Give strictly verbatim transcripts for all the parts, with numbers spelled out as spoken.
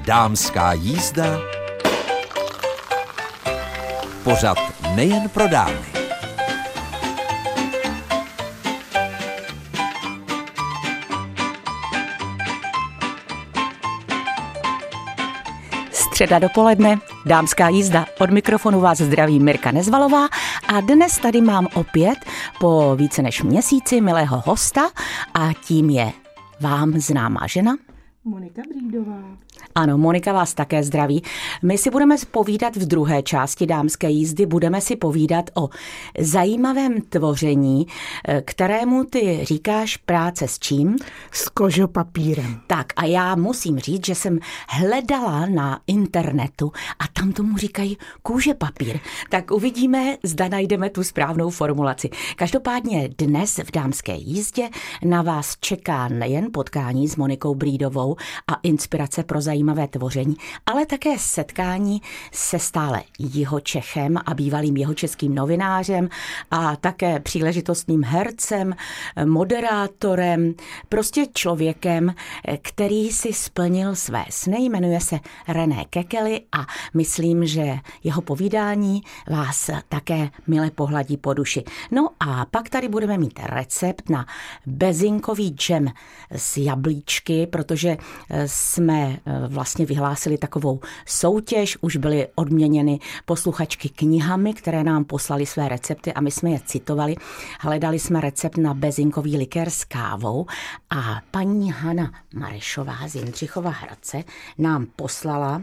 Dámská jízda, pořad nejen pro dámy. Středa dopoledne, Dámská jízda. Od mikrofonu vás zdraví Mirka Nezvalová a dnes tady mám opět po více než měsíci milého hosta a tím je vám známá žena Monika Brídová. Ano, Monika vás také zdraví. My si budeme povídat v druhé části Dámské jízdy, budeme si povídat o zajímavém tvoření, kterému ty říkáš práce s čím? S kožopapírem. Tak a já musím říct, že jsem hledala na internetu a tam tomu říkají kůžepapír. Tak uvidíme, zda najdeme tu správnou formulaci. Každopádně dnes v Dámské jízdě na vás čeká nejen potkání s Monikou Brídovou a inspirace pro zajímavé tvoření, ale také setkání se stále Jihočechem a bývalým jihočeským novinářem a také příležitostným hercem, moderátorem, prostě člověkem, který si splnil své sny, jmenuje se René Kekely a myslím, že jeho povídání vás také mile pohladí po duši. No a pak tady budeme mít recept na bezinkový džem z jablíčky, protože jsme vlastně vyhlásili takovou soutěž, už byly odměněny posluchačky knihami, které nám poslali své recepty a my jsme je citovali. Hledali jsme recept na bezinkový likér s kávou a paní Hana Marešová z Jindřichova Hradce nám poslala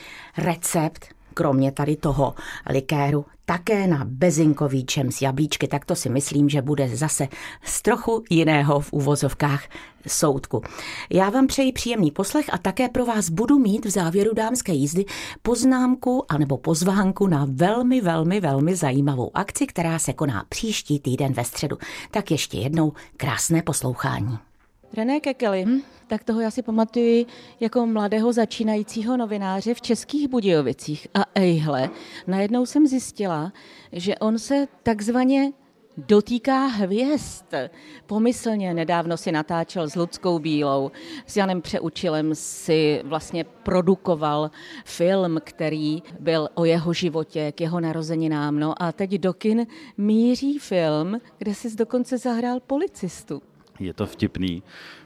recept, kromě tady toho likéru, také na bezinkový džem z jablíčky, tak to si myslím, že bude zase z trochu jiného v uvozovkách soudku. Já vám přeji příjemný poslech a také pro vás budu mít v závěru Dámské jízdy poznámku anebo pozvánku na velmi, velmi, velmi zajímavou akci, která se koná příští týden ve středu. Tak ještě jednou krásné poslouchání. René Kekely, hm? tak toho já si pamatuju jako mladého začínajícího novináře v Českých Budějovicích. A ejhle, najednou jsem zjistila, že on se takzvaně dotýká hvězd. Pomyslně nedávno si natáčel s Luckou Bílou, s Janem Přeučilem si vlastně produkoval film, který byl o jeho životě, k jeho narozeninám. No a teď do kin míří film, kde jsi dokonce zahrál policistu. Je to vtipný,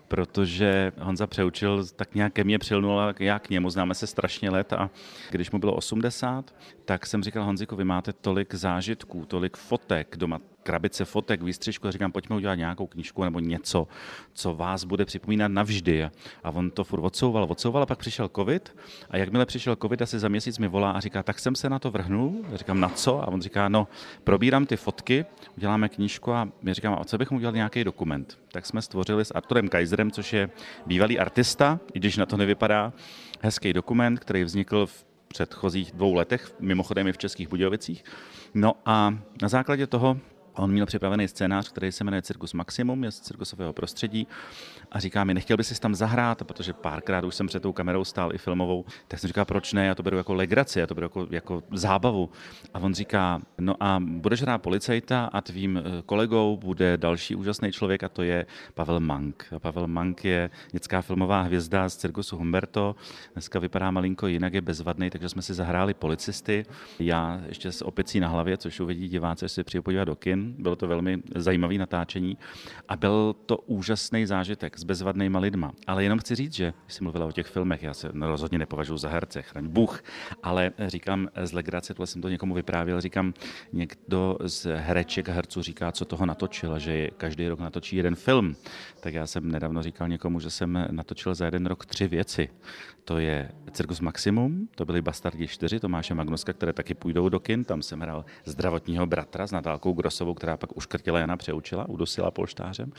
protože Honza Přeučil tak nějak ke mně přilnul a já k němu, známe se strašně let a když mu bylo osmdesát, tak jsem říkal Honziku, vy máte tolik zážitků, tolik fotek doma, krabice fotek, výstřižku a říkám, pojďme udělat nějakou knížku nebo něco, co vás bude připomínat navždy. A on to furt odsouval, odsouval a pak přišel covid a jakmile přišel covid, asi za měsíc mi volá a říká, tak jsem se na to vrhnul. Já říkám, na co? A on říká, no, probírám ty fotky, uděláme knížku a my říkám, a co bychom udělali nějaký dokument? Tak jsme stvořili s Arturem Kaiserem, což je bývalý artista, i když na to nevypadá, hezký dokument, který vznikl v předchozích dvou letech, mimochodem i v Českých Budějovicích. No a na základě toho on měl připravený scénář, který se jmenuje Cirkus Maximum, je z cirkusového prostředí a říká mi, nechtěl by si tam zahrát, protože párkrát už jsem před tou kamerou stál i filmovou, tak jsem říkal, proč ne, já to beru jako legraci, já to beru jako, jako zábavu. A on říká, no a budeš hrát policajta a tvým kolegou bude další úžasný člověk a to je Pavel Mank. A Pavel Mank je dětská filmová hvězda z cirkusu Humberto, dneska vypadá malinko jinak, je bezvadný, takže jsme si zahráli policisty, já ještě s opicí na hlavě, což uvidí diváci, až se přijde podívat do kin. Bylo to velmi zajímavé natáčení a byl to úžasný zážitek s bezvadnýma lidma. Ale jenom chci říct, že když jsem mluvila o těch filmech, já se rozhodně nepovažuji za herce, chraň Bůh, ale říkám z legrace, tohle jsem to někomu vyprávěl, říkám, někdo z hereček a herců říká, co toho natočil a že každý rok natočí jeden film. Tak já jsem nedávno říkal někomu, že jsem natočil za jeden rok tři věci. To je Cirkus Maximum, to byly Bastardi čtyři, Tomáše Magnuska, které taky půjdou do kin, tam jsem hrál zdravotního bratra s Natálkou Grosovou, která pak uškrtila Jana Přeučila, udusila polštářem.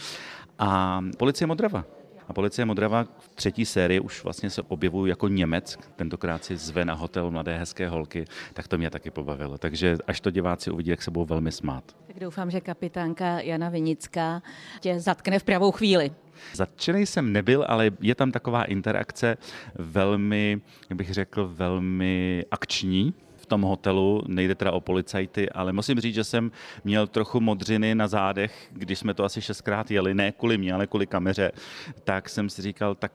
A Policie Modrava. A Policie Modrava v třetí sérii už vlastně se objevují jako Němec, tentokrát si zve na hotel mladé hezké holky, tak to mě taky pobavilo. Takže až to diváci uvidí, jak se budou velmi smát. Tak doufám, že kapitánka Jana Vinická tě zatkne v pravou chvíli. Zatčenej jsem nebyl, ale je tam taková interakce velmi, jak bych řekl, velmi akční. V tom hotelu, nejde teda o policajty, ale musím říct, že jsem měl trochu modřiny na zádech, když jsme to asi šestkrát jeli, ne kvůli mě, ale kvůli kameře, tak jsem si říkal, tak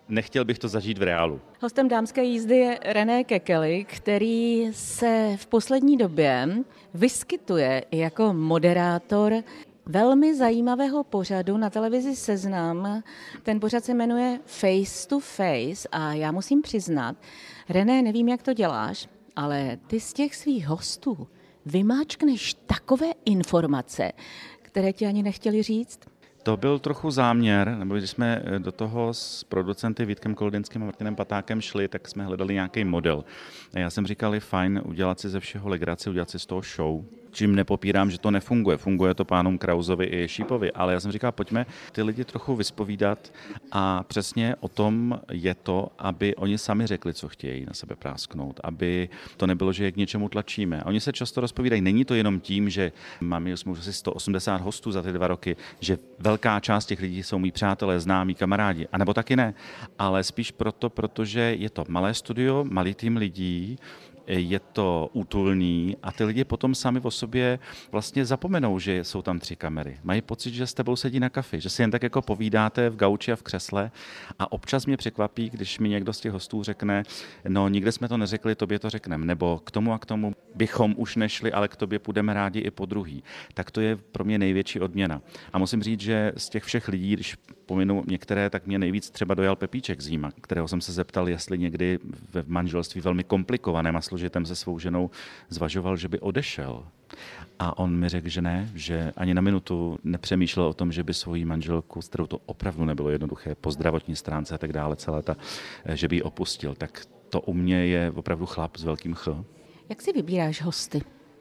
nechtěl bych to zažít v reálu. Hostem dámské jízdy je René Kekely, který se v poslední době vyskytuje jako moderátor velmi zajímavého pořadu na televizi Seznam. Ten pořad se jmenuje Face to Face a já musím přiznat, René, nevím, jak to děláš, ale ty z těch svých hostů vymáčkneš takové informace, které ti ani nechtěli říct. To byl trochu záměr, nebo když jsme do toho s producenty Vítkem Koldinským a Martinem Patákem šli, tak jsme hledali nějaký model. A já jsem říkal, je fajn udělat si ze všeho legraci, udělat si z toho show. Čím nepopírám, že to nefunguje. Funguje to pánům Krausovi i Šípovi, ale já jsem říkal, pojďme ty lidi trochu vyspovídat a přesně o tom je to, aby oni sami řekli, co chtějí na sebe prásknout, aby to nebylo, že je k něčemu tlačíme. Oni se často rozpovídají, není to jenom tím, že máme už asi sto osmdesát hostů za ty dva roky, že velká část těch lidí jsou mý přátelé, známí, kamarádi, anebo taky ne, ale spíš proto, protože je to malé studio, malý tým lidí, je to útulný a ty lidi potom sami o sobě vlastně zapomenou, že jsou tam tři kamery. Mají pocit, že s tebou sedí na kafi, že si jen tak jako povídáte v gauči a v křesle a občas mě překvapí, když mi někdo z těch hostů řekne, no nikde jsme to neřekli, tobě to řekneme, nebo k tomu a k tomu bychom už nešli, ale k tobě půjdeme rádi i po druhý. Tak to je pro mě největší odměna. A musím říct, že z těch všech lidí, když pominu některé, tak mě nejvíc třeba dojal Pepíček z Jíma, kterého jsem se zeptal, jestli někdy ve manželství velmi komplikovaném a složitém se svou ženou zvažoval, že by odešel. A on mi řekl, že ne, že ani na minutu nepřemýšlel o tom, že by svoji manželku, s kterou to opravdu nebylo jednoduché, po zdravotní stránce a tak dále, celé ta, že by ji opustil. Tak to u mě je opravdu chlap s velkým ch. Jak si vybíráš hosty?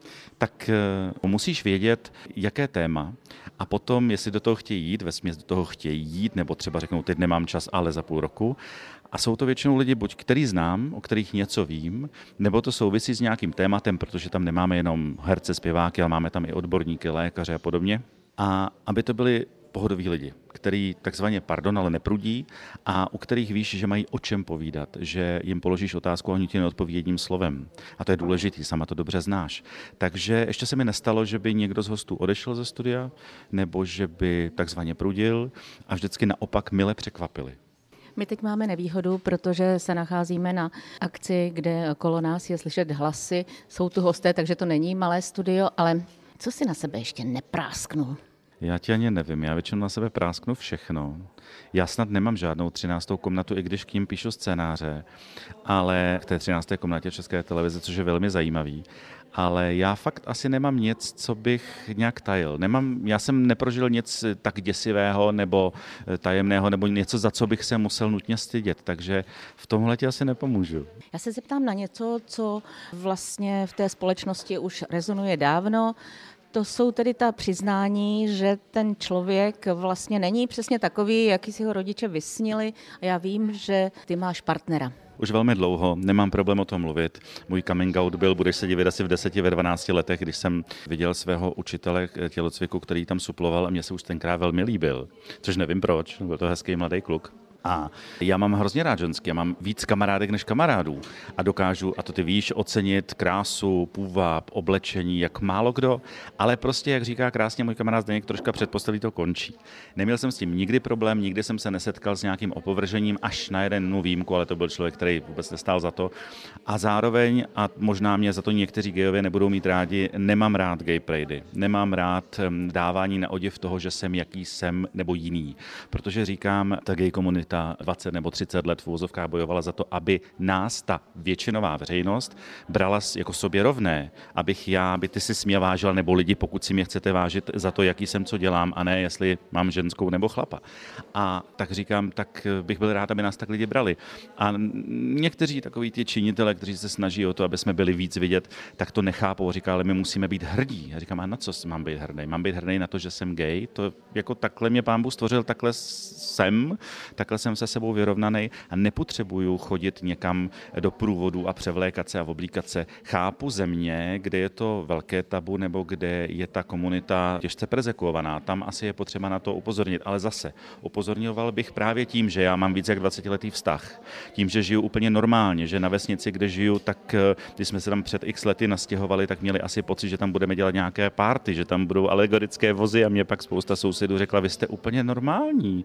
Tak uh, musíš vědět, jaké téma a potom, jestli do toho chtějí jít, vesměs do toho chtějí jít, nebo třeba řeknou, teď nemám čas, ale za půl roku. A jsou to většinou lidi, buď který znám, o kterých něco vím, nebo to souvisí s nějakým tématem, protože tam nemáme jenom herce, zpěváky, ale máme tam i odborníky, lékaře a podobně. A aby to byli pohodoví lidi, který takzvaně, pardon, ale neprudí a u kterých víš, že mají o čem povídat, že jim položíš otázku a oni ti neodpoví jedním slovem. A to je důležitý, sama to dobře znáš. Takže ještě se mi nestalo, že by někdo z hostů odešel ze studia, nebo že by takzvaně prudil a vždycky naopak mile překvapili. My teď máme nevýhodu, protože se nacházíme na akci, kde okolo nás je slyšet hlasy, jsou tu hosté, takže to není malé studio, ale co si na sebe ještě neprásknul? Já ti ani nevím, já většinou na sebe prásknu všechno. Já snad nemám žádnou třináctou komnatu, i když k ním píšu scénáře, ale v té třinácté komnatě České televize, což je velmi zajímavý. Ale já fakt asi nemám nic, co bych nějak tajil. Nemám, já jsem neprožil nic tak děsivého nebo tajemného, nebo něco, za co bych se musel nutně stydět, takže v tomhle ti asi nepomůžu. Já se zeptám na něco, co vlastně v té společnosti už rezonuje dávno. To jsou tedy ta přiznání, že ten člověk vlastně není přesně takový, jaký si ho rodiče vysnili. A já vím, že ty máš partnera. Už velmi dlouho, nemám problém o tom mluvit. Můj coming out byl, budeš se divit, asi v deseti, ve dvanácti letech, když jsem viděl svého učitele tělocviku, který tam suploval a mě se už tenkrát velmi líbil. Což nevím proč, byl to hezký mladý kluk. A já mám hrozně rád ženský, já mám víc kamarádek než kamarádů a dokážu, a to ty víš, ocenit krásu, půvab, oblečení, jak málo kdo, ale prostě, jak říká krásně můj kamarád Zdeněk, troška před postelí to končí. Neměl jsem s tím nikdy problém, nikdy jsem se nesetkal s nějakým opovržením, až na jeden výjimku, ale to byl člověk, který vůbec nestál za to. A zároveň, a možná mě za to někteří gejové nebudou mít rádi, nemám rád gay pridey, nemám rád dávání na oděv toho, že jsem jaký jsem nebo jiný, protože říkám, ta gay komunita dvacet nebo třicet let v uvozovkách bojovala za to, aby nás ta většinová veřejnost brala jako sobě rovné, abych já, aby ty si mě vážila, nebo lidi, pokud si mě chcete vážit za to, jaký jsem, co dělám, a ne jestli mám ženskou nebo chlapa. A tak říkám, tak bych byl rád, aby nás tak lidi brali. A někteří takoví ty činitele, kteří se snaží o to, aby jsme byli víc vidět, tak to nechápou, říká, ale my musíme být hrdí. Já říkám, a na co mám být hrdý? Mám být hrdý na to, že jsem gay? To jako takhle mě Pán Bůh stvořil, takhle jsem, takhle jsem se sebou vyrovnaný a nepotřebuju chodit někam do průvodu a převlékat se a oblíkat se. Chápu země, kde je to velké tabu nebo kde je ta komunita těžce perzekuovaná. Tam asi je potřeba na to upozornit, ale zase upozorňoval bych právě tím, že já mám víc jak dvacetiletý vztah. Tím, že žiju úplně normálně, že na vesnici, kde žiju, tak když jsme se tam před x lety nastěhovali, tak měli asi pocit, že tam budeme dělat nějaké party, že tam budou alegorické vozy a mě pak spousta sousedů řekla, vy jste úplně normální.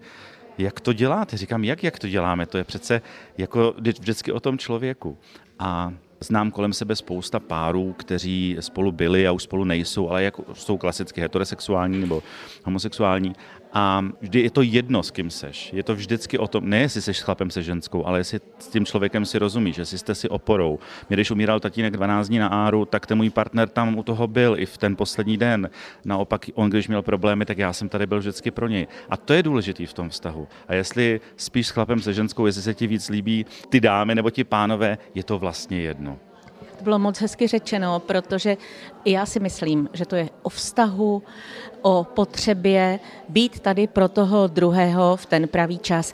jak to děláte? Říkám, jak, jak to děláme? To je přece jako vždycky o tom člověku. A znám kolem sebe spousta párů, kteří spolu byli a už spolu nejsou, ale jako jsou klasicky heterosexuální nebo homosexuální. A vždy je to jedno, s kým seš. Je to vždycky o tom, ne jestli seš s chlapem, se ženskou, ale jestli s tím člověkem si rozumíš, jestli jste si oporou. Mě, když umíral tatínek dvanáct dní na áru, tak ten můj partner tam u toho byl i v ten poslední den. Naopak on, když měl problémy, tak já jsem tady byl vždycky pro něj. A to je důležitý v tom vztahu. A jestli spíš s chlapem, se ženskou, jestli se ti víc líbí ty dámy nebo ti pánové, je to vlastně jedno. To bylo moc hezky řečeno, protože já si myslím, že to je o vztahu, o potřebě být tady pro toho druhého v ten pravý čas.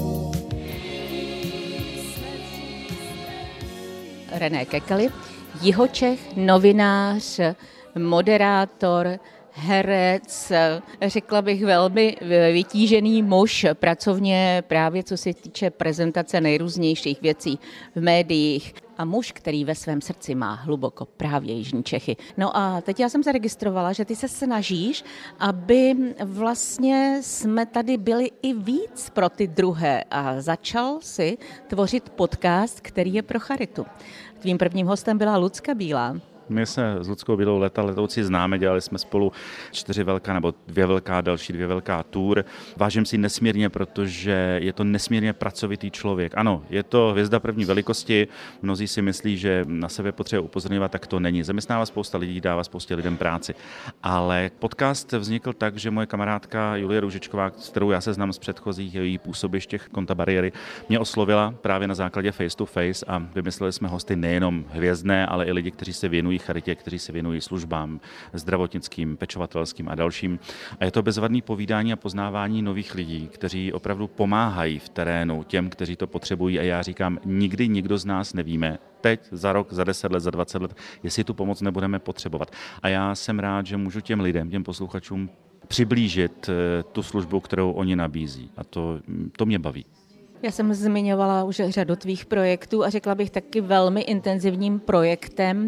René Kekeli, Jihočech, novinář, moderátor, herec, řekla bych velmi vytížený muž, pracovně právě co se týče prezentace nejrůznějších věcí v médiích a muž, který ve svém srdci má hluboko právě jižní Čechy. No a teď já jsem zaregistrovala, že ty se snažíš, aby vlastně jsme tady byli i víc pro ty druhé a začal si tvořit podcast, který je pro charitu. Tvým prvním hostem byla Lucka Bílá. My se s Luckou Bílou leta letoucí známe, dělali jsme spolu čtyři velká nebo dvě velká, další dvě velká tour. Vážím si nesmírně, protože je to nesmírně pracovitý člověk. Ano, je to hvězda první velikosti, mnozí si myslí, že na sebe potřebuje upozorňovat, tak to není. Zaměstnává spousta lidí, dává spoustě lidem práci. Ale podcast vznikl tak, že moje kamarádka Julie Růžičková, s kterou já se znám z předchozích její působišť Konta bariéry, mě oslovila právě na základě face to face a vymysleli jsme hosty nejenom hvězdné, ale i lidi, kteří se věnují charitě, kteří se věnují službám zdravotnickým, pečovatelským a dalším. A je to bezvadný povídání a poznávání nových lidí, kteří opravdu pomáhají v terénu těm, kteří to potřebují. A já říkám, nikdy nikdo z nás nevíme, teď, za rok, za deset let, za dvacet let, jestli tu pomoc nebudeme potřebovat. A já jsem rád, že můžu těm lidem, těm posluchačům přiblížit tu službu, kterou oni nabízí. A to, to mě baví. Já jsem zmiňovala už řadu tvých projektů a řekla bych taky velmi intenzivním projektem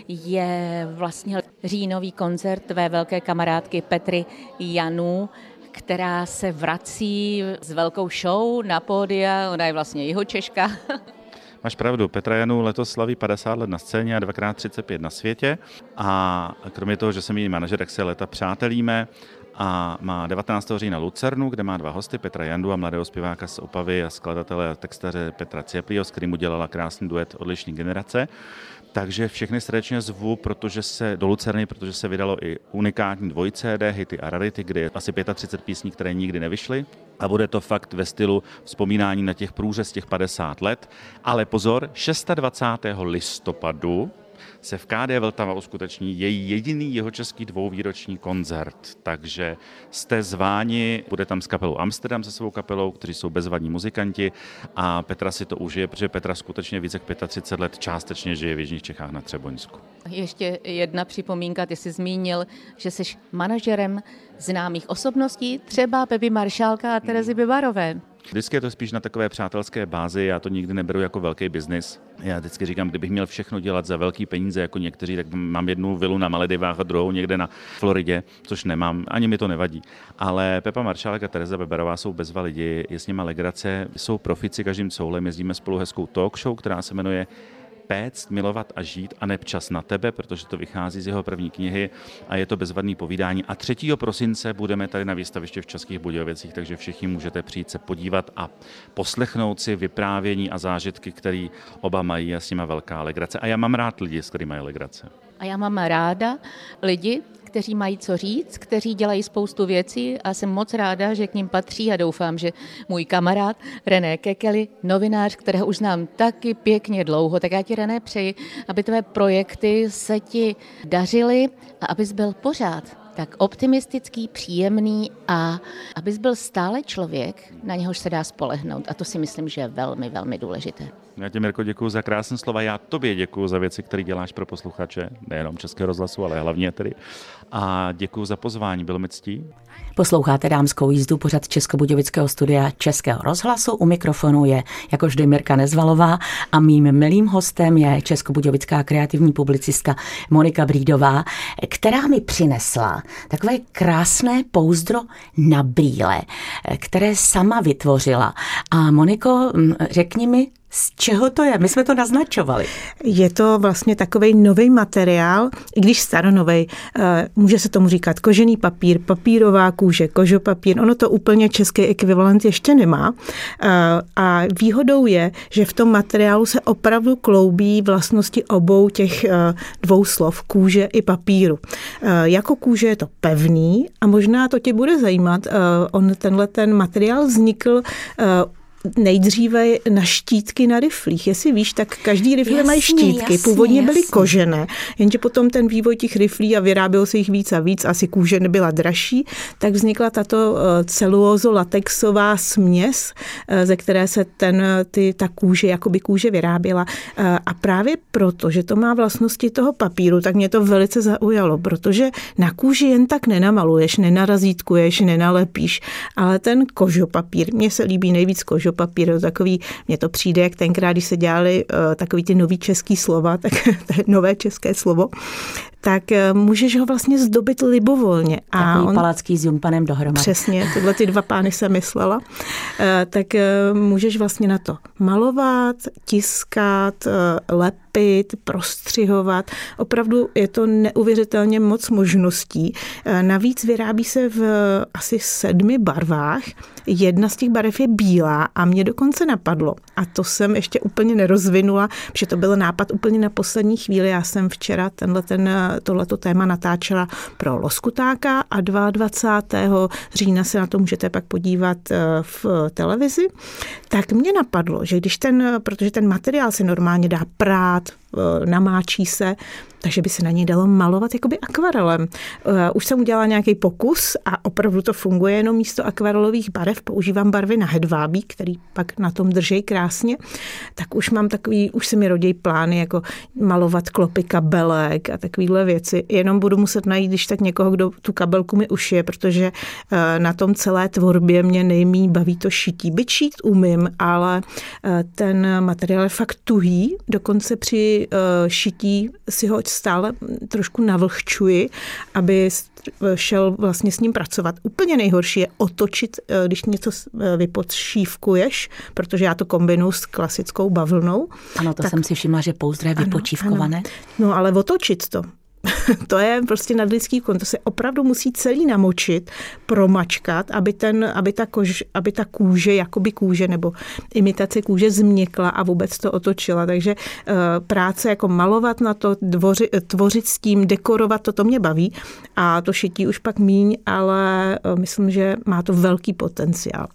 je vlastně říjnový koncert tvé velké kamarádky Petry Janu, která se vrací s velkou show na pódia, ona je vlastně Jihočeška. Máš pravdu, Petra Janu letos slaví padesát let na scéně a dvakrát třicet pět na světě a kromě toho, že jsem její manažer, tak se leta přátelíme a má devatenáctého října Lucernu, kde má dva hosty, Petra Jandu a mladého zpěváka z Opavy a skladatele a textaře Petra Cieplího, s kterým udělala krásný duet Odlišný generace. Takže všechny srdečně zvu, protože se do Lucerny, protože se vydalo i unikátní dvojcé dé, hity a rarity, kde je asi třicet pět písní, které nikdy nevyšly. A bude to fakt ve stylu vzpomínání na těch průřez těch padesát let. Ale pozor, dvacátého šestého listopadu se v ká dé Vltava uskuteční její jediný jihočeský dvouvýroční koncert. Takže jste zváni, bude tam s kapelou Amsterdam se svou kapelou, kteří jsou bezvadní muzikanti a Petra si to užije, protože Petra skutečně více jak třicet pět let částečně žije v jižních Čechách na Třeboňsku. Ještě jedna připomínka, ty jsi zmínil, že jsi manažerem známých osobností, třeba Pepi Maršálka a Terezy Bibarové. Vždycky je to spíš na takové přátelské bázi, já to nikdy neberu jako velký biznis. Já vždycky říkám, kdybych měl všechno dělat za velký peníze jako někteří, tak mám jednu vilu na Maledivách a druhou někde na Floridě, což nemám, ani mi to nevadí. Ale Pepa Maršálek a Tereza Beberová jsou bezva lidi, je s nima legrace, jsou profici každým coulem, jezdíme spolu hezkou talk show, která se jmenuje Péct, milovat a žít a neb čas na tebe, protože to vychází z jeho první knihy a je to bezvadný povídání. A třetího prosince budeme tady na výstavišti v Českých Budějovicích, takže všichni můžete přijít se podívat a poslechnout si vyprávění a zážitky, které oba mají a s nima velká legrace. A já mám rád lidi, s kterými mají legrace. A já mám ráda lidi, kteří mají co říct, kteří dělají spoustu věcí a jsem moc ráda, že k ním patří a doufám, že můj kamarád René Kekeli, novinář, kterého už znám taky pěkně dlouho, tak já ti, René, přeji, aby tvé projekty se ti dařily a abys byl pořád tak optimistický, příjemný a abys byl stále člověk, na něhož se dá spolehnout. A to si myslím, že je velmi, velmi důležité. Já ti, Mirko, děkuji za krásné slova. Já tobě děkuji za věci, které děláš pro posluchače, nejenom Českého rozhlasu, ale hlavně tedy. A děkuji za pozvání, bylo mi ctí. Posloucháte Dámskou jízdu, pořad Českobudějovického studia Českého rozhlasu. U mikrofonu je jako vždy Mirka Nezvalová a mým milým hostem je českobudějovická kreativní publicistka Monika Brídová, která mi přinesla takové krásné pouzdro na brýle, které sama vytvořila. A Moniko, řekni mi, z čeho to je? My jsme to naznačovali. Je to vlastně takovej nový materiál, i když staronovej, může se tomu říkat kožený papír, papírová kůže, kožopapír, ono to úplně český ekvivalent ještě nemá. A výhodou je, že v tom materiálu se opravdu kloubí vlastnosti obou těch dvou slov, kůže i papíru. Jako kůže je to pevný a možná to tě bude zajímat, on tenhle ten materiál vznikl nejdříve na štítky na riflích. Jestli víš, tak každý rifle jasně, mají štítky. Jasně, Původně byly jasně. kožené, jenže potom ten vývoj těch riflí a vyrábělo se jich víc a víc, asi kůže nebyla dražší, tak vznikla tato celulózo-latexová směs, ze které se ten, ty, ta kůže, jakoby kůže vyráběla. A právě proto, že to má vlastnosti toho papíru, tak mě to velice zaujalo, protože na kůži jen tak nenamaluješ, nenarazítkuješ, nenalepíš, ale ten kožopapír, mně se líbí nejvíc kožopapír, papír, takový, mně to přijde, jak tenkrát, když se dělali uh, takový ty nový český slova, tak to je nové české slovo, tak uh, můžeš ho vlastně zdobit libovolně. A takový on, palacký s jumpanem dohromady. Přesně, tyhle ty dva pány jsem myslela. Uh, tak uh, můžeš vlastně na to malovat, tiskat, uh, lepit, prostřihovat. Opravdu je to neuvěřitelně moc možností. Uh, navíc vyrábí se v uh, asi sedmi barvách. Jedna z těch barev je bílá a mě dokonce napadlo, a to jsem ještě úplně nerozvinula, protože to byl nápad úplně na poslední chvíli. Já jsem včera tenhle, ten, tohleto téma natáčela pro Loskutáka a dvacátého druhého října se na to můžete pak podívat v televizi. Tak mě napadlo, že když ten, protože ten materiál se normálně dá prát, namáčí se, takže by se na něj dalo malovat jakoby akvarelem. Už jsem udělala nějaký pokus a opravdu to funguje, jenom místo akvarelových barev používám barvy na hedvábí, který pak na tom drží krásně. Tak už mám takový, už se mi rodí plány, jako malovat klopy kabelek a takovýhle věci. Jenom budu muset najít, když tak někoho, kdo tu kabelku mi ušije, protože na tom celé tvorbě mě nejmí baví to šití. Byť šít umím, ale ten materiál je fakt tuhý, dokonce při šití si ho stále trošku navlhčuji, aby šel vlastně s ním pracovat. Úplně nejhorší je otočit, když něco vypodšívkuješ, protože já to kombinuji s klasickou bavlnou. Ano, to tak, jsem si všimla, že pouzdro je vypočívkované. Ano, ano. No ale otočit to. To je prostě nadlidský úkon. To se opravdu musí celý namočit, promačkat, aby, ten, aby, ta, kož, aby ta kůže, jakoby kůže nebo imitace kůže změkla a vůbec to otočila. Takže uh, práce jako malovat na to, dvoři, tvořit s tím, dekorovat, to, to mě baví. A to šití už pak míň, ale uh, myslím, že má to velký potenciál.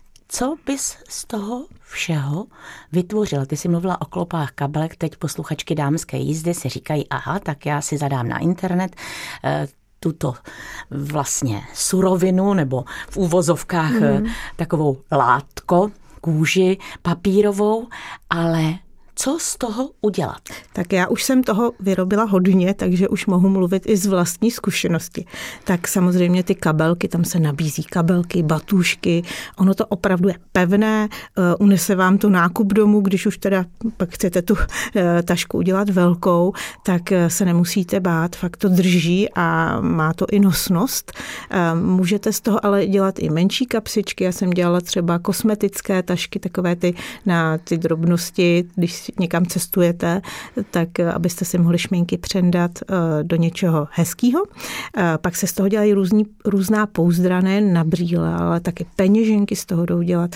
Co bys z toho všeho vytvořila? Ty jsi mluvila o klopách kabelek, teď posluchačky dámské jízdy si říkají, aha, tak já si zadám na internet eh, tuto vlastně surovinu nebo v úvozovkách mm. eh, takovou látko, kůži papírovou, ale co z toho udělat? Tak já už jsem toho vyrobila hodně, takže už mohu mluvit i z vlastní zkušenosti. Tak samozřejmě ty kabelky, tam se nabízí kabelky, batůžky, ono to opravdu je pevné, unese vám to nákup domů, když už teda pak chcete tu tašku udělat velkou, tak se nemusíte bát, fakt to drží a má to i nosnost. Můžete z toho ale dělat i menší kapsičky, já jsem dělala třeba kosmetické tašky, takové ty na ty drobnosti, když někam cestujete, tak abyste si mohli šminky přendat do něčeho hezkého. Pak se z toho dělají různý, různá pouzdra, nejen na brýle, ale taky peněženky z toho jdou dělat.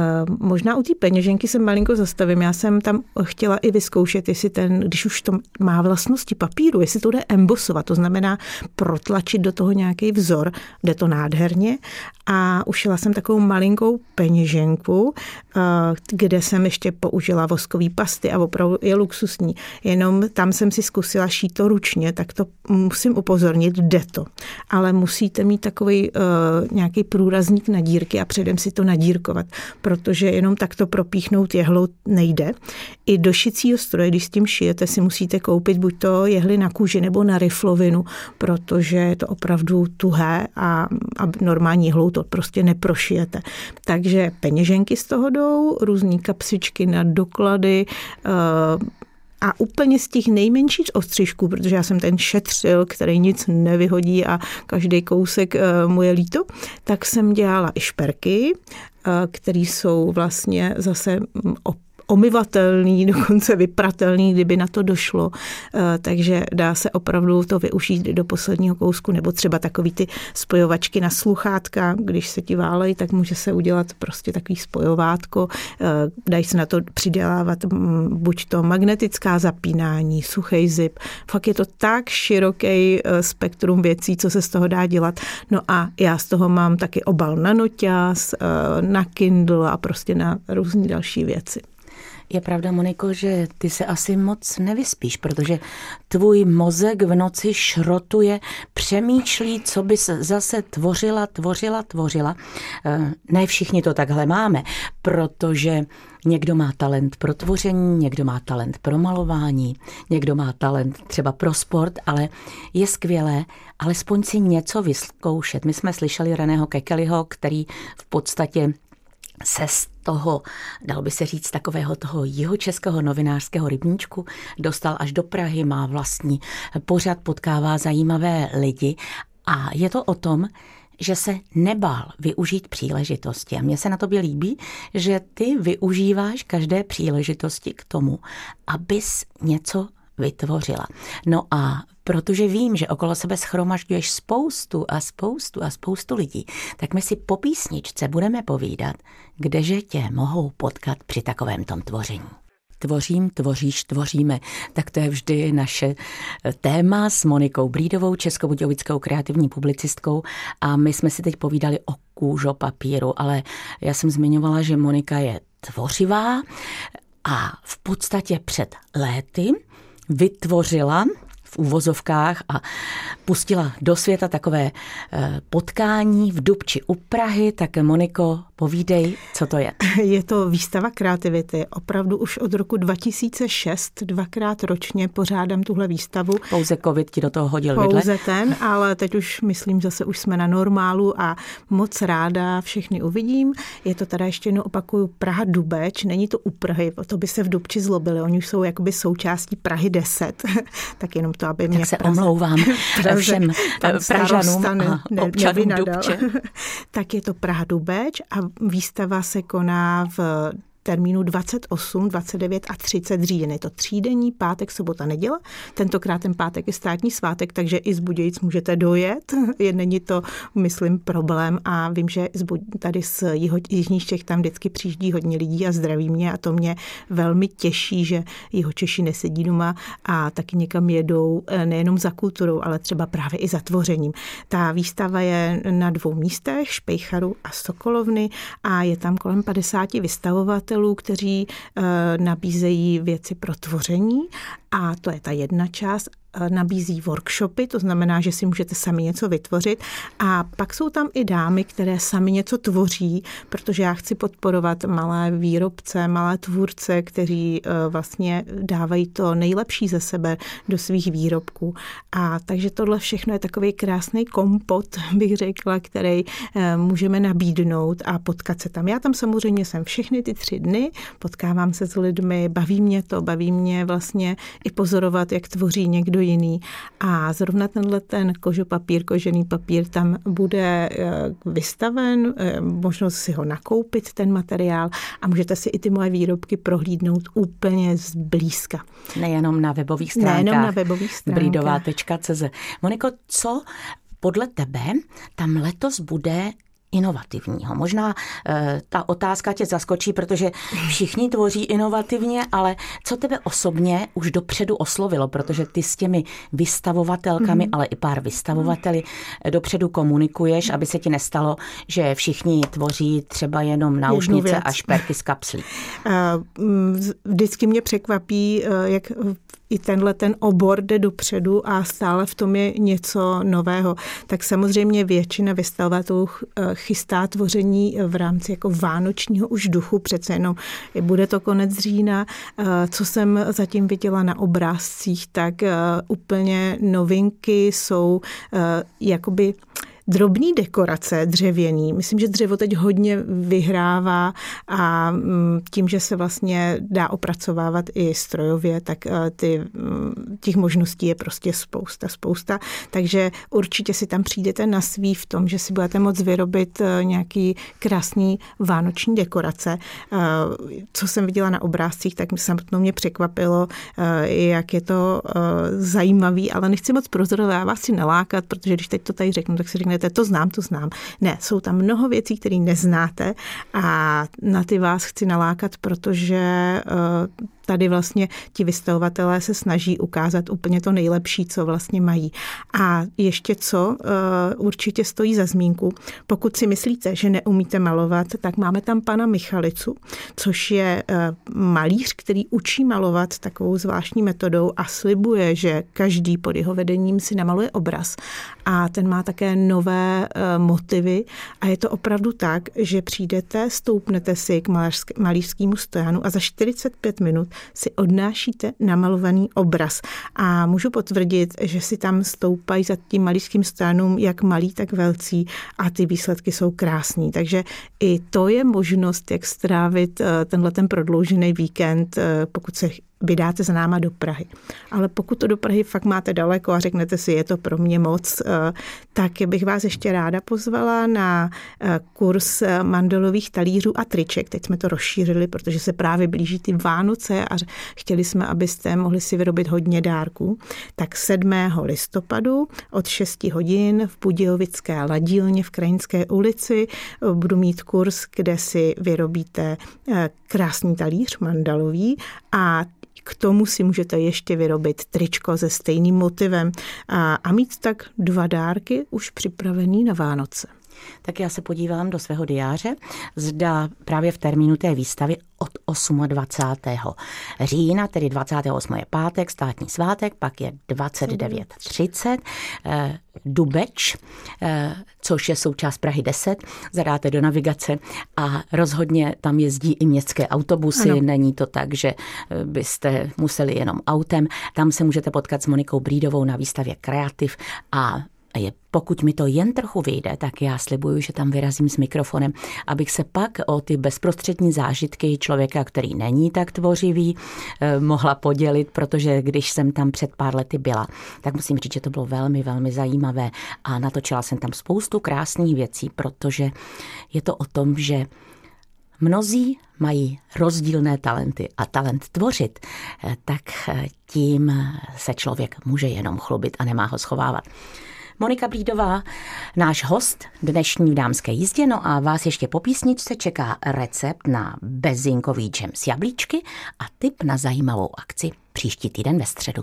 Možná u té peněženky se malinko zastavím. Já jsem tam chtěla i vyzkoušet, jestli ten, když už to má vlastnosti papíru, jestli to jde embosovat, to znamená protlačit do toho nějaký vzor, jde to nádherně. A ušila jsem takovou malinkou peněženku, kde jsem ještě použila voskový pasty a opravdu je luxusní. Jenom tam jsem si zkusila šít to ručně, tak to musím upozornit, jde to. Ale musíte mít takový uh, nějaký průrazník na dírky a předem si to nadírkovat, protože jenom takto propíchnout jehlou nejde. I do šicího stroje, když s tím šijete, si musíte koupit buď to jehly na kůži nebo na riflovinu, protože je to opravdu tuhé a, a normální jehlou to prostě neprošijete. Takže peněženky z toho jdou, různý kapsičky na doklady, A úplně z těch nejmenších ostřížků, protože já jsem ten šetřil, který nic nevyhodí a každý kousek mu je líto, tak jsem dělala i šperky, které jsou vlastně zase omyvatelný, dokonce vypratelný, kdyby na to došlo. Takže dá se opravdu to využít do posledního kousku, nebo třeba takový ty spojovačky na sluchátka, když se ti válejí, tak může se udělat prostě takový spojovátko. Dají se na to přidělávat buď to magnetická zapínání, suchý zip. Fakt je to tak široký spektrum věcí, co se z toho dá dělat. No a já z toho mám taky obal na noťaz, na Kindle a prostě na různé další věci. Je pravda, Moniko, že ty se asi moc nevyspíš, protože tvůj mozek v noci šrotuje, přemýšlí, co bys zase tvořila, tvořila, tvořila. Ne všichni to takhle máme, protože někdo má talent pro tvoření, někdo má talent pro malování, někdo má talent třeba pro sport, ale je skvělé alespoň si něco vyzkoušet. My jsme slyšeli Reného Kekeliho, který v podstatě se z toho, dal by se říct, takového toho jihočeského novinářského rybníčku dostal až do Prahy, má vlastní pořad, potkává zajímavé lidi a je to o tom, že se nebál využít příležitosti. A mně se na tobě líbí, že ty využíváš každé příležitosti k tomu, abys něco vytvořila. No a protože vím, že okolo sebe shromažďuješ spoustu a spoustu a spoustu lidí, tak my si po písničce budeme povídat, kdeže tě mohou potkat při takovém tom tvoření. Tvořím, tvoříš, tvoříme. Tak to je vždy naše téma s Monikou Blídovou, českobudějovickou kreativní publicistkou a my jsme si teď povídali o kůžopapíru, ale já jsem zmiňovala, že Monika je tvořivá a v podstatě před léty vytvořila v uvozovkách a pustila do světa takové potkání v Dubči u Prahy. Tak Moniko, povídej, co to je. Je to výstava kreativity. Opravdu už od roku dva tisíce šest dvakrát ročně pořádám tuhle výstavu. Pouze covid ti do toho hodil Pouze vidle. ten, ale teď už myslím, zase už jsme na normálu a moc ráda všechny uvidím. Je to teda ještě jednou opakuju Praha Dubeč, není to u Prahy, to by se v Dubči zlobili. Oni už jsou jakoby součástí Prahy deset. Tak jenom to, aby tak mě se omlouvám všem Pražanům a občanům Dubče. Tak je to Praha Dubeč a výstava se koná v termínu dvacet osm, dvacet devět a třicet říjen. Je to třídenní, pátek, sobota, neděle. Tentokrát ten pátek je státní svátek, takže i z Budějic můžete dojet. Je, není to, myslím, problém a vím, že tady z jiho, jižních Čech tam vždycky přijíždí hodně lidí a zdraví mě a to mě velmi těší, že Jihočeši nesedí doma a taky někam jedou nejenom za kulturou, ale třeba právě i za tvořením. Ta výstava je na dvou místech, Špejcharu a Sokolovny a je tam kolem padesáti vystavovatelů, kteří nabízejí věci pro tvoření a to je ta jedna část. Nabízí workshopy, to znamená, že si můžete sami něco vytvořit a pak jsou tam i dámy, které sami něco tvoří, protože já chci podporovat malé výrobce, malé tvůrce, kteří vlastně dávají to nejlepší ze sebe do svých výrobků. A takže tohle všechno je takový krásný kompot, bych řekla, který můžeme nabídnout a potkat se tam. Já tam samozřejmě jsem všechny ty tři dny, potkávám se s lidmi, baví mě to, baví mě vlastně i pozorovat, jak tvoří někdo jiný. A zrovna tenhle ten kožopapír, kožený papír tam bude vystaven, možnost si ho nakoupit, ten materiál a můžete si i ty moje výrobky prohlídnout úplně zblízka. Nejenom na webových stránkách. Nejenom na webových stránkách. blídová tečka cé zet. Moniko, co podle tebe tam letos bude inovativního? Možná e, ta otázka tě zaskočí, protože všichni tvoří inovativně, ale co tebe osobně už dopředu oslovilo, protože ty s těmi vystavovatelkami, mm-hmm. ale i pár vystavovateli dopředu komunikuješ, aby se ti nestalo, že všichni tvoří třeba jenom náušnice a šperky z kapslí. Vždycky mě překvapí, jak i tenhle ten obor jde dopředu a stále v tom je něco nového. Tak samozřejmě většina vystavovatelů chystá tvoření v rámci jako vánočního už duchu, přece jenom bude to konec října. Co jsem zatím viděla na obrázcích, tak úplně novinky jsou jakoby drobný dekorace dřevěný. Myslím, že dřevo teď hodně vyhrává a tím, že se vlastně dá opracovávat i strojově, tak ty, těch možností je prostě spousta, spousta. Takže určitě si tam přijdete na svý v tom, že si budete moct vyrobit nějaký krásný vánoční dekorace. Co jsem viděla na obrázcích, tak samotnou mě překvapilo, jak je to zajímavý, ale nechci moc prozorovat, já vás si nalákat, protože když teď to tady řeknu, tak si řeknete, to znám, to znám. Ne, jsou tam mnoho věcí, které neznáte a na ty vás chci nalákat, protože tady vlastně ti vystavovatelé se snaží ukázat úplně to nejlepší, co vlastně mají. A ještě co určitě stojí za zmínku, pokud si myslíte, že neumíte malovat, tak máme tam pana Michalicu, což je malíř, který učí malovat takovou zvláštní metodou a slibuje, že každý pod jeho vedením si namaluje obraz. A ten má také nové motivy a je to opravdu tak, že přijdete, stoupnete si k malířskému stojanu a za čtyřicet pět minut si odnášíte namalovaný obraz. A můžu potvrdit, že si tam stoupají za tím malířským stojanům jak malí, tak velcí a ty výsledky jsou krásný. Takže i to je možnost, jak strávit tenhle ten prodloužený víkend, pokud se vydáte za náma do Prahy. Ale pokud to do Prahy fakt máte daleko a řeknete si, je to pro mě moc, tak bych vás ještě ráda pozvala na kurz mandalových talířů a triček. Teď jsme to rozšířili, protože se právě blíží ty Vánoce a chtěli jsme, abyste mohli si vyrobit hodně dárků. Tak sedmého listopadu od šesti hodin v Budějovické ladílně v Krajinské ulici budu mít kurz, kde si vyrobíte krásný talíř mandalový a k tomu si můžete ještě vyrobit tričko se stejným motivem a, a mít tak dva dárky už připravený na Vánoce. Tak já se podívám do svého diáře, zda právě v termínu té výstavy od dvacátého osmého října, tedy dvacátého osmého je pátek, státní svátek, pak je dvacet devět třicet, eh, Dubeč, eh, což je součást Prahy deset, zadáte do navigace a rozhodně tam jezdí i městské autobusy, ano. Není to tak, že byste museli jenom autem, tam se můžete potkat s Monikou Brídovou na výstavě Kreativ a je, pokud mi to jen trochu vyjde, tak já slibuju, že tam vyrazím s mikrofonem, abych se pak o ty bezprostřední zážitky člověka, který není tak tvořivý, mohla podělit, protože když jsem tam před pár lety byla, tak musím říct, že to bylo velmi, velmi zajímavé a natočila jsem tam spoustu krásných věcí, protože je to o tom, že mnozí mají rozdílné talenty a talent tvořit, tak tím se člověk může jenom chlubit a nemá ho schovávat. Monika Brídová, náš host dnešní v Dámské jízdě, no a vás ještě po písničce čeká recept na bezinkový džem z jablíčky a tip na zajímavou akci příští týden ve středu.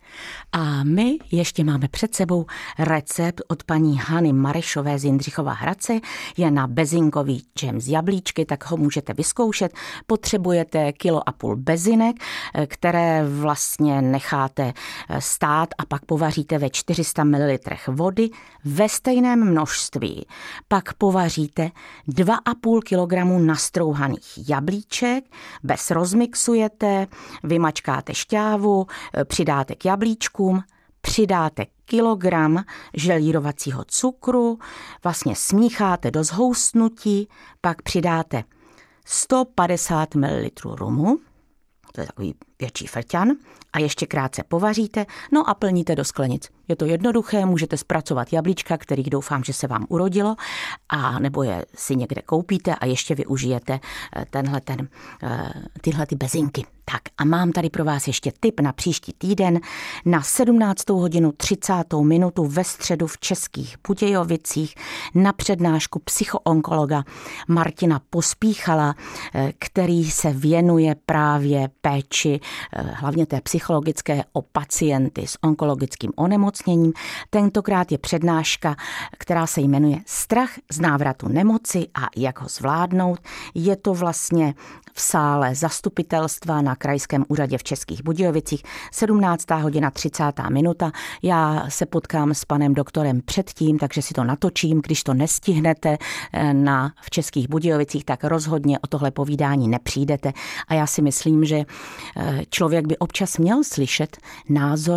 A my ještě máme před sebou recept od paní Hany Marešové z Jindřichova Hradce. Je na bezinkový džem z jablíčky, tak ho můžete vyzkoušet. Potřebujete kilo a půl bezinek, které vlastně necháte stát a pak povaříte ve čtyři sta mililitrů vody ve stejném množství. Pak povaříte dva a půl kilogramu nastrouhaných jablíček, bez rozmixujete, vymačkáte šťávu, přidáte k jablíčku, přidáte kilogram želírovacího cukru, vlastně smícháte do zhoustnutí, pak přidáte sto padesát mililitrů rumu, to je takový větší frťan, a ještě krátce povaříte, no a plníte do sklenic. Je to jednoduché, můžete zpracovat jablíčka, kterých doufám, že se vám urodilo, a nebo je si někde koupíte a ještě využijete tenhle ten, tyhle ty bezinky. Tak a mám tady pro vás ještě tip na příští týden na sedmnáctou hodinu třicátou minutu ve středu v Českých Budějovicích na přednášku psychoonkologa Martina Pospíchala, který se věnuje právě péči, hlavně té psychologické, o pacienty s onkologickým onemocněním. Tentokrát je přednáška, která se jmenuje Strach z návratu nemoci a jak ho zvládnout. Je to vlastně v sále zastupitelstva na Krajském úřadě v Českých Budějovicích, sedmnáctá hodina třicátá minuta. Já se potkám s panem doktorem předtím, takže si to natočím. Když to nestihnete na, v Českých Budějovicích, tak rozhodně o tohle povídání nepřijdete. A já si myslím, že člověk by občas měl slyšet názor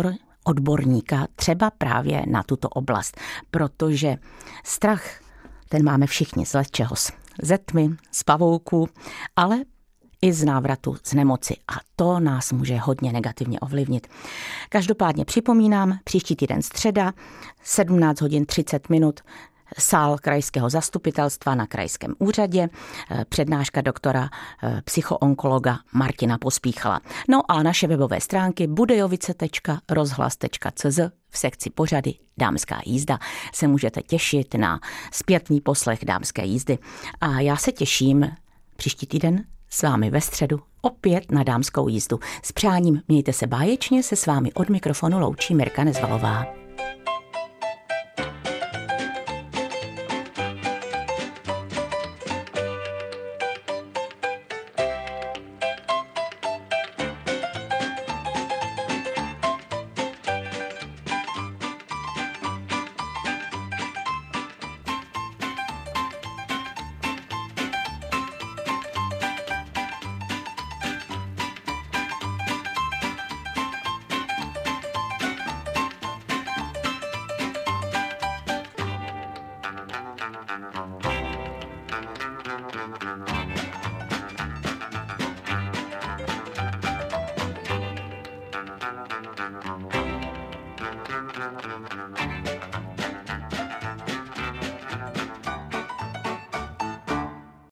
odborníka třeba právě na tuto oblast, protože strach, ten máme všichni z ledčehos, ze tmy, z pavouků, ale i z návratu z nemoci a to nás může hodně negativně ovlivnit. Každopádně připomínám, příští týden středa, sedmnáct hodin třicet minut, sál krajského zastupitelstva na krajském úřadě, přednáška doktora psychoonkologa Martina Pospíchala. No a naše webové stránky budejovice tečka rozhlas tečka cé zet v sekci pořady Dámská jízda se můžete těšit na zpětný poslech Dámské jízdy. A já se těším příští týden s vámi ve středu opět na Dámskou jízdu. S přáním mějte se báječně, se s vámi od mikrofonu loučí Mirka Nezvalová. Thank you.